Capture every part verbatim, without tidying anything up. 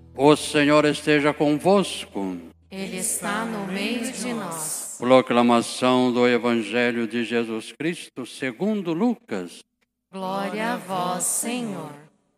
O Senhor esteja convosco. Ele está no meio de nós. Proclamação do Evangelho de Jesus Cristo segundo Lucas. Glória a vós, Senhor.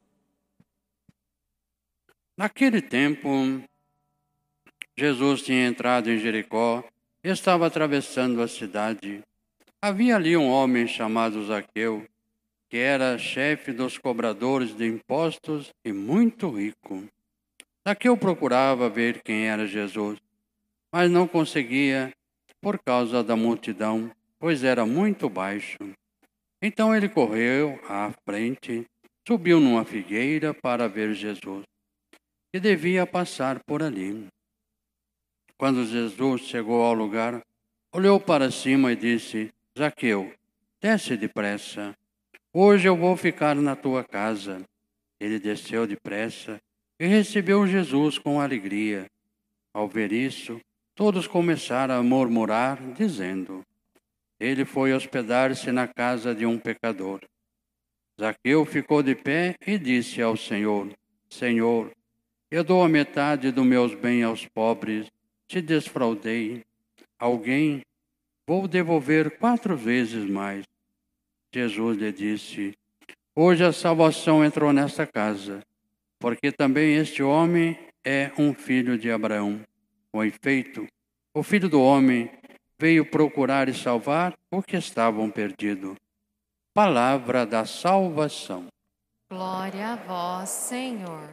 Naquele tempo, Jesus tinha entrado em Jericó e estava atravessando a cidade. Havia ali um homem chamado Zaqueu, que era chefe dos cobradores de impostos e muito rico. Zaqueu procurava ver quem era Jesus, mas não conseguia por causa da multidão, pois era muito baixo. Então ele correu à frente, subiu numa figueira para ver Jesus, que devia passar por ali. Quando Jesus chegou ao lugar, olhou para cima e disse: Zaqueu, desce depressa. Hoje eu vou ficar na tua casa. Ele desceu depressa e recebeu Jesus com alegria. Ao ver isso, todos começaram a murmurar, dizendo: ele foi hospedar-se na casa de um pecador. Zaqueu ficou de pé e disse ao Senhor: Senhor, eu dou a metade dos meus bens aos pobres. Se desfraudei alguém, vou devolver quatro vezes mais. Jesus lhe disse: hoje a salvação entrou nesta casa, porque também este homem é um filho de Abraão. Com efeito, o Filho do Homem veio procurar e salvar o que estavam perdidos. Palavra da salvação. Glória a vós, Senhor.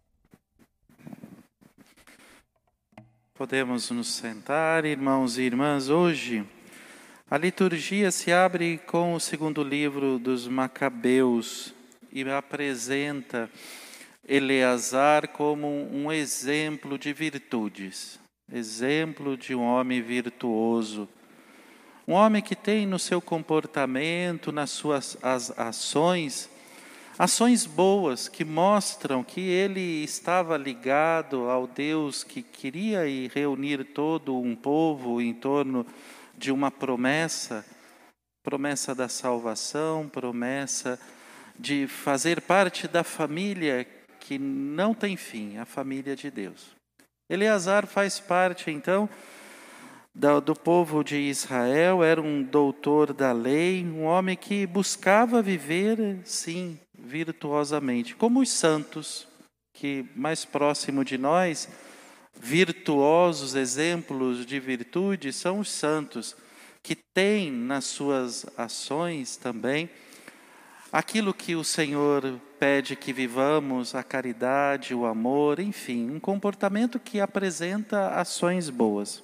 Podemos nos sentar, irmãos e irmãs. Hoje, a liturgia se abre com o segundo livro dos Macabeus e apresenta Eleazar como um exemplo de virtudes, exemplo de um homem virtuoso, um homem que tem no seu comportamento, nas suas as ações, ações boas que mostram que ele estava ligado ao Deus que queria reunir todo um povo em torno de uma promessa, promessa da salvação, promessa de fazer parte da família que não tem fim, a família de Deus. Eleazar faz parte, então, do, do povo de Israel, era um doutor da lei, um homem que buscava viver, sim, virtuosamente, como os santos, que mais próximo de nós, virtuosos exemplos de virtude, são os santos, que têm nas suas ações também aquilo que o Senhor pede que vivamos, a caridade, o amor, enfim, um comportamento que apresenta ações boas.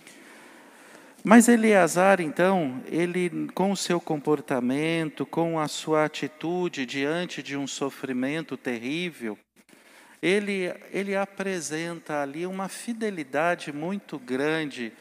Mas Eleazar, então, ele com o seu comportamento, com a sua atitude diante de um sofrimento terrível, ele, ele apresenta ali uma fidelidade muito grande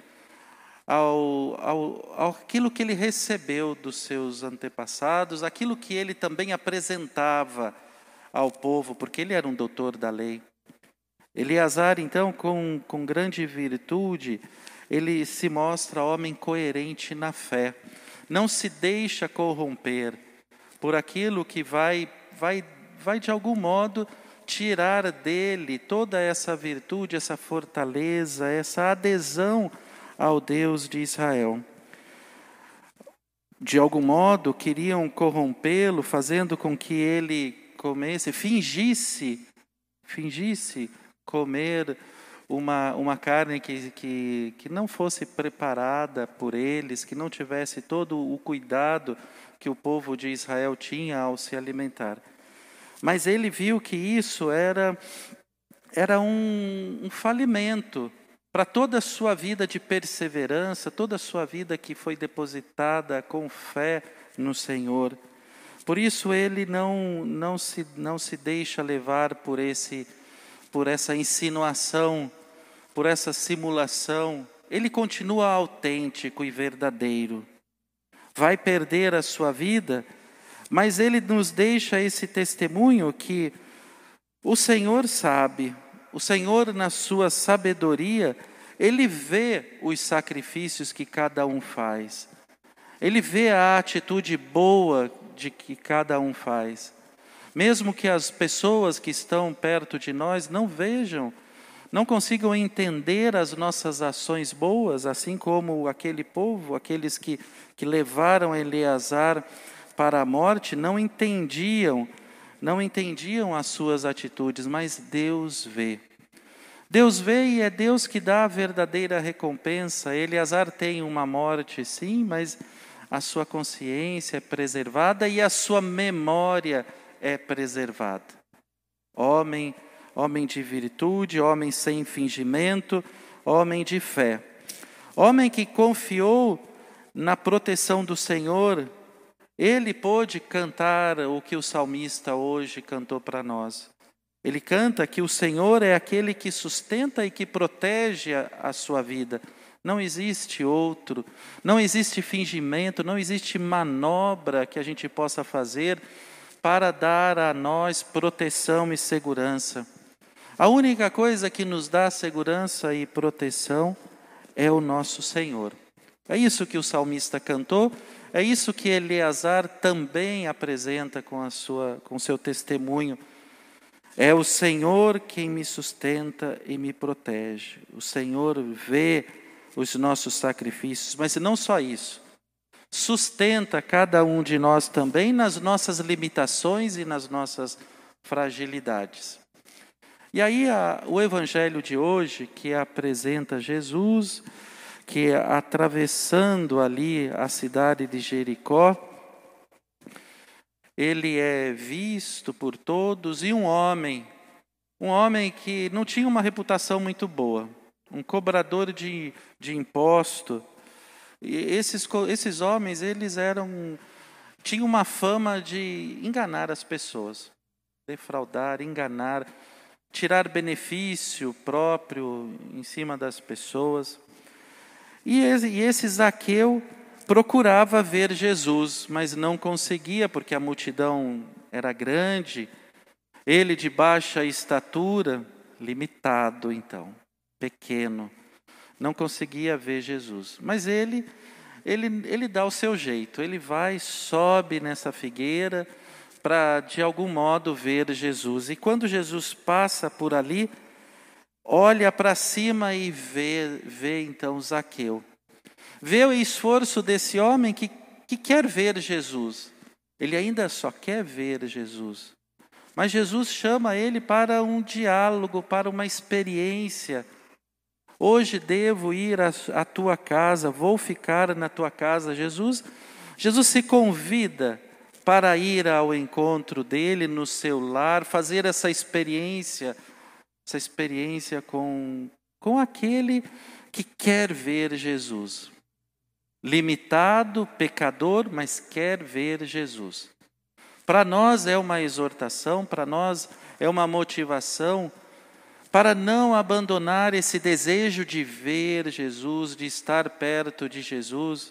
ao, ao, ao aquilo que ele recebeu dos seus antepassados, aquilo que ele também apresentava ao povo, porque ele era um doutor da lei. Eleazar, então, com, com grande virtude, ele se mostra homem coerente na fé, não se deixa corromper por aquilo que vai, vai, vai de algum modo tirar dele toda essa virtude, essa fortaleza, essa adesão ao Deus de Israel. De algum modo queriam corrompê-lo, fazendo com que ele comesse, fingisse, fingisse comer Uma, uma carne que, que, que não fosse preparada por eles, que não tivesse todo o cuidado que o povo de Israel tinha ao se alimentar. Mas ele viu que isso era, era um, um falimento para toda a sua vida de perseverança, toda a sua vida que foi depositada com fé no Senhor. Por isso ele não, não, se, não se deixa levar por, esse, por essa insinuação, por essa simulação. Ele continua autêntico e verdadeiro. Vai perder a sua vida, mas ele nos deixa esse testemunho que o Senhor sabe, o Senhor na sua sabedoria, ele vê os sacrifícios que cada um faz. Ele vê a atitude boa de que cada um faz. Mesmo que as pessoas que estão perto de nós não vejam, não consigam entender as nossas ações boas, assim como aquele povo, aqueles que, que levaram Eleazar para a morte, não entendiam, não entendiam as suas atitudes, mas Deus vê. Deus vê e é Deus que dá a verdadeira recompensa. Eleazar tem uma morte, sim, mas a sua consciência é preservada e a sua memória é preservada. Homem Homem de virtude, homem sem fingimento, homem de fé. Homem que confiou na proteção do Senhor, ele pôde cantar o que o salmista hoje cantou para nós. Ele canta que o Senhor é aquele que sustenta e que protege a, a sua vida. Não existe outro, não existe fingimento, não existe manobra que a gente possa fazer para dar a nós proteção e segurança. A única coisa que nos dá segurança e proteção é o nosso Senhor. É isso que o salmista cantou, é isso que Eleazar também apresenta com a sua, com seu testemunho. É o Senhor quem me sustenta e me protege. O Senhor vê os nossos sacrifícios, mas não só isso. Sustenta cada um de nós também nas nossas limitações e nas nossas fragilidades. E aí a, o evangelho de hoje, que apresenta Jesus, que atravessando ali a cidade de Jericó, ele é visto por todos, e um homem, um homem que não tinha uma reputação muito boa, um cobrador de, de imposto. E esses, esses homens, eles eram, tinham uma fama de enganar as pessoas, defraudar, enganar, tirar benefício próprio em cima das pessoas. E esse Zaqueu procurava ver Jesus, mas não conseguia, porque a multidão era grande, ele de baixa estatura, limitado então, pequeno, não conseguia ver Jesus. Mas ele, ele, ele dá o seu jeito, ele vai, sobe nessa figueira, para de algum modo ver Jesus. E quando Jesus passa por ali, olha para cima e vê, vê então Zaqueu. Vê o esforço desse homem que, que quer ver Jesus. Ele ainda só quer ver Jesus. Mas Jesus chama ele para um diálogo, para uma experiência. Hoje devo ir à, à tua casa, vou ficar na tua casa. Jesus, Jesus se convida para ir ao encontro dele no seu lar, fazer essa experiência, essa experiência com, com aquele que quer ver Jesus. Limitado, pecador, mas quer ver Jesus. Para nós é uma exortação, para nós é uma motivação para não abandonar esse desejo de ver Jesus, de estar perto de Jesus,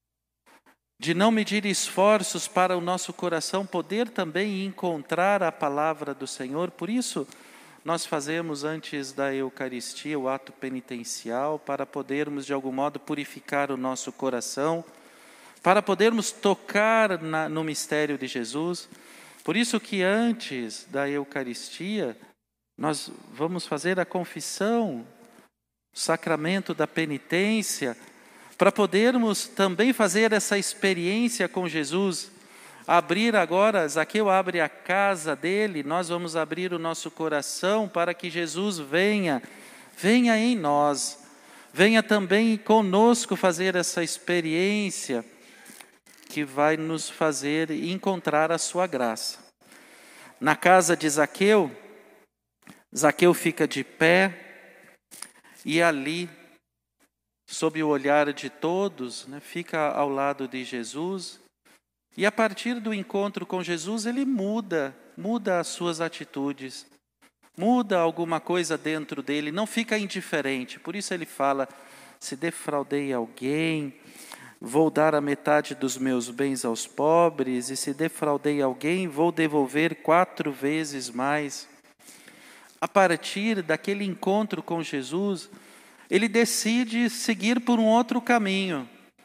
de não medir esforços para o nosso coração poder também encontrar a palavra do Senhor. Por isso, nós fazemos antes da Eucaristia o ato penitencial, para podermos de algum modo purificar o nosso coração, para podermos tocar na, no mistério de Jesus. Por isso que antes da Eucaristia, nós vamos fazer a confissão, o sacramento da penitência, para podermos também fazer essa experiência com Jesus. Abrir agora, Zaqueu abre a casa dele, nós vamos abrir o nosso coração para que Jesus venha, venha em nós, venha também conosco fazer essa experiência que vai nos fazer encontrar a sua graça. Na casa de Zaqueu, Zaqueu fica de pé e ali, sob o olhar de todos, né, fica ao lado de Jesus. E a partir do encontro com Jesus, ele muda, muda as suas atitudes, muda alguma coisa dentro dele, não fica indiferente. Por isso ele fala, se defraudei alguém, vou dar a metade dos meus bens aos pobres, e se defraudei alguém, vou devolver quatro vezes mais. A partir daquele encontro com Jesus, ele decide seguir por um outro caminho.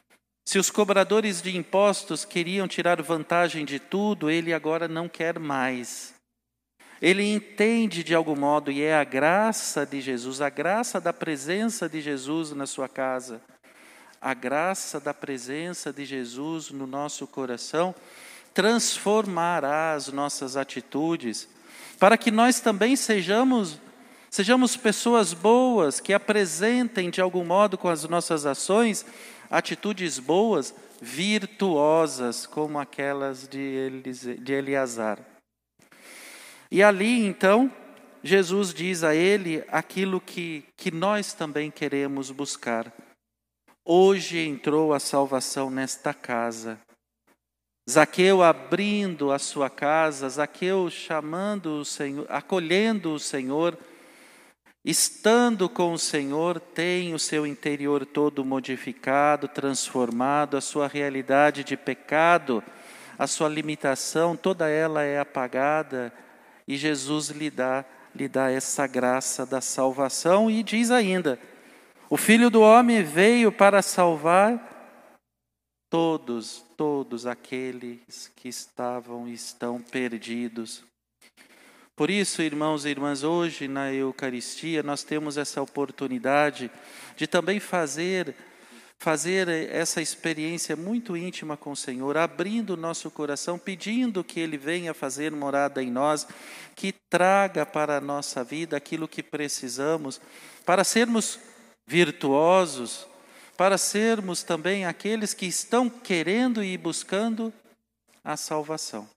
Se os cobradores de impostos queriam tirar vantagem de tudo, ele agora não quer mais. Ele entende de algum modo, e é a graça de Jesus, a graça da presença de Jesus na sua casa, a graça da presença de Jesus no nosso coração, transformará as nossas atitudes, para que nós também sejamos, sejamos pessoas boas, que apresentem de algum modo com as nossas ações, atitudes boas, virtuosas, como aquelas de Eleazar. E ali, então, Jesus diz a ele aquilo que, que nós também queremos buscar. Hoje entrou a salvação nesta casa. Zaqueu abrindo a sua casa, Zaqueu chamando o Senhor, acolhendo o Senhor, estando com o Senhor, tem o seu interior todo modificado, transformado, a sua realidade de pecado, a sua limitação, toda ela é apagada, e Jesus lhe dá, lhe dá essa graça da salvação, e diz ainda, o Filho do Homem veio para salvar todos, todos aqueles que estavam e estão perdidos. Por isso, irmãos e irmãs, hoje na Eucaristia nós temos essa oportunidade de também fazer, fazer essa experiência muito íntima com o Senhor, abrindo o nosso coração, pedindo que Ele venha fazer morada em nós, que traga para a nossa vida aquilo que precisamos, para sermos virtuosos, para sermos também aqueles que estão querendo e buscando a salvação.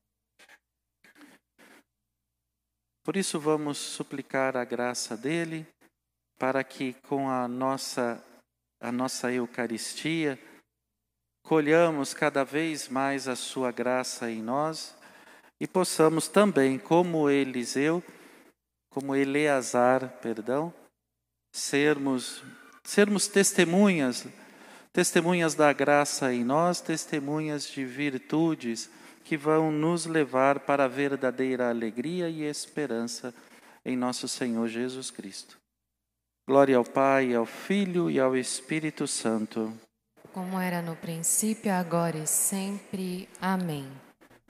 Por isso vamos suplicar a graça dele, para que com a nossa, a nossa Eucaristia, colhamos cada vez mais a sua graça em nós e possamos também, como Eliseu, como Eleazar, perdão, sermos, sermos testemunhas, testemunhas da graça em nós, testemunhas de virtudes, que vão nos levar para a verdadeira alegria e esperança em nosso Senhor Jesus Cristo. Glória ao Pai, ao Filho e ao Espírito Santo. Como era no princípio, agora e sempre. Amém.